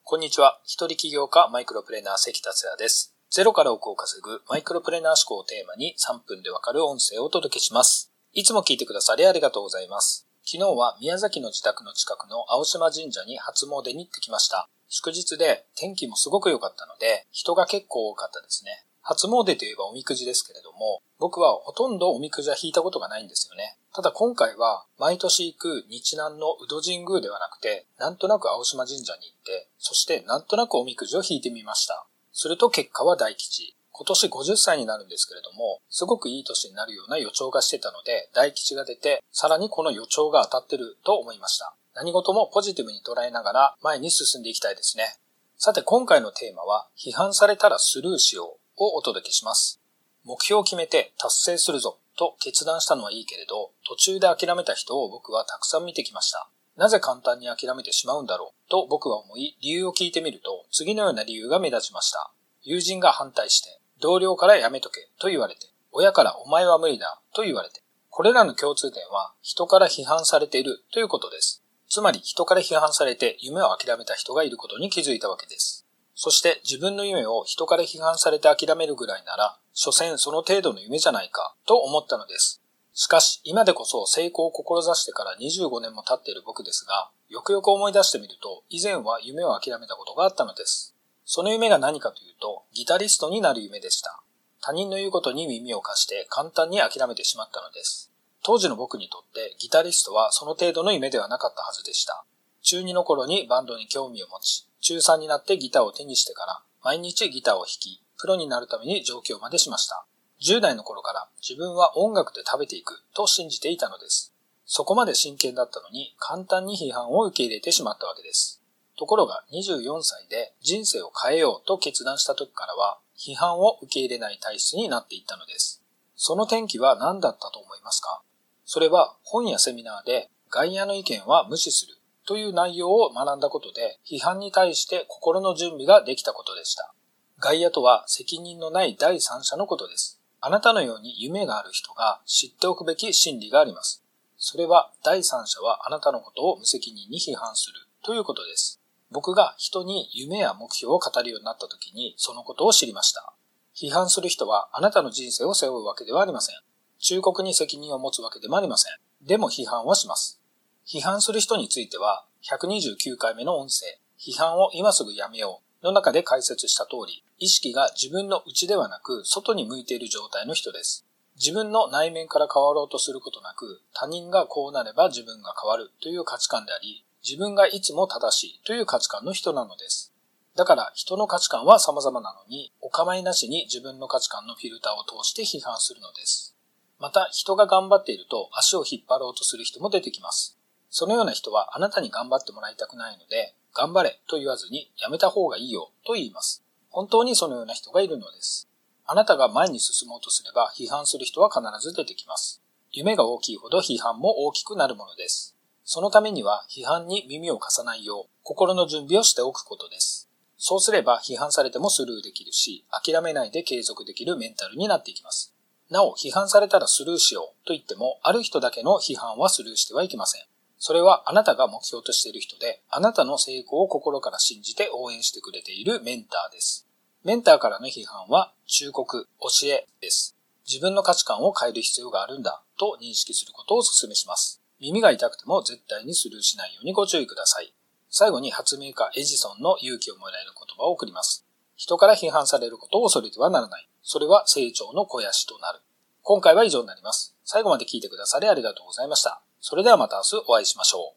こんにちは。一人起業家マイクロプレーナー関達也です。ゼロから億を稼ぐマイクロプレーナー思考をテーマに3分でわかる音声をお届けします。いつも聞いてくださりありがとうございます。昨日は宮崎の自宅の近くの青島神社に初詣に行ってきました。祝日で天気もすごく良かったので人が結構多かったですね。初詣といえばおみくじですけれども、僕はほとんどおみくじは引いたことがないんですよね。ただ今回は毎年行く日南の宇土神宮ではなくて、なんとなく青島神社に行って、そしてなんとなくおみくじを引いてみました。すると結果は大吉。今年50歳になるんですけれども、すごくいい年になるような予兆がしてたので、大吉が出て、さらにこの予兆が当たってると思いました。何事もポジティブに捉えながら前に進んでいきたいですね。さて今回のテーマは、批判されたらスルーしようをお届けします。目標を決めて達成するぞと決断したのはいいけれど、途中で諦めた人を僕はたくさん見てきました。なぜ簡単に諦めてしまうんだろうと僕は思い、理由を聞いてみると次のような理由が目立ちました。友人が反対して、同僚からやめとけと言われて、親からお前は無理だと言われて、これらの共通点は人から批判されているということです。つまり人から批判されて夢を諦めた人がいることに気づいたわけです。そして自分の夢を人から批判されて諦めるぐらいなら、所詮その程度の夢じゃないかと思ったのです。しかし今でこそ成功を志してから25年も経っている僕ですが、よくよく思い出してみると以前は夢を諦めたことがあったのです。その夢が何かというと、ギタリストになる夢でした。他人の言うことに耳を貸して簡単に諦めてしまったのです。当時の僕にとってギタリストはその程度の夢ではなかったはずでした。中2の頃にバンドに興味を持ち、中3になってギターを手にしてから毎日ギターを弾き、プロになるために上京までしました。10代の頃から自分は音楽で食べていくと信じていたのです。そこまで真剣だったのに簡単に批判を受け入れてしまったわけです。ところが24歳で人生を変えようと決断した時からは批判を受け入れない体質になっていったのです。その転機は何だったと思いますか？それは本やセミナーで外野の意見は無視するという内容を学んだことで批判に対して心の準備ができたことでした。外野とは責任のない第三者のことです。あなたのように夢がある人が知っておくべき真理があります。それは第三者はあなたのことを無責任に批判するということです。僕が人に夢や目標を語るようになった時にそのことを知りました。批判する人はあなたの人生を背負うわけではありません。忠告に責任を持つわけでもありません。でも批判はします。批判する人については129回目の音声、批判を今すぐやめようの中で解説した通り、意識が自分の内ではなく外に向いている状態の人です。自分の内面から変わろうとすることなく、他人がこうなれば自分が変わるという価値観であり、自分がいつも正しいという価値観の人なのです。だから人の価値観は様々なのに、お構いなしに自分の価値観のフィルターを通して批判するのです。また人が頑張っていると足を引っ張ろうとする人も出てきます。そのような人はあなたに頑張ってもらいたくないので、頑張れと言わずにやめた方がいいよと言います。本当にそのような人がいるのです。あなたが前に進もうとすれば批判する人は必ず出てきます。夢が大きいほど批判も大きくなるものです。そのためには批判に耳を貸さないよう心の準備をしておくことです。そうすれば批判されてもスルーできるし、諦めないで継続できるメンタルになっていきます。なお、批判されたらスルーしようと言っても、ある人だけの批判はスルーしてはいけません。それはあなたが目標としている人で、あなたの成功を心から信じて応援してくれているメンターです。メンターからの批判は忠告、教えです。自分の価値観を変える必要があるんだと認識することをお勧めします。耳が痛くても絶対にスルーしないようにご注意ください。最後に発明家エジソンの勇気をもらえる言葉を送ります。人から批判されることを恐れてはならない。それは成長の肥やしとなる。今回は以上になります。最後まで聞いてくださりありがとうございました。それではまた明日お会いしましょう。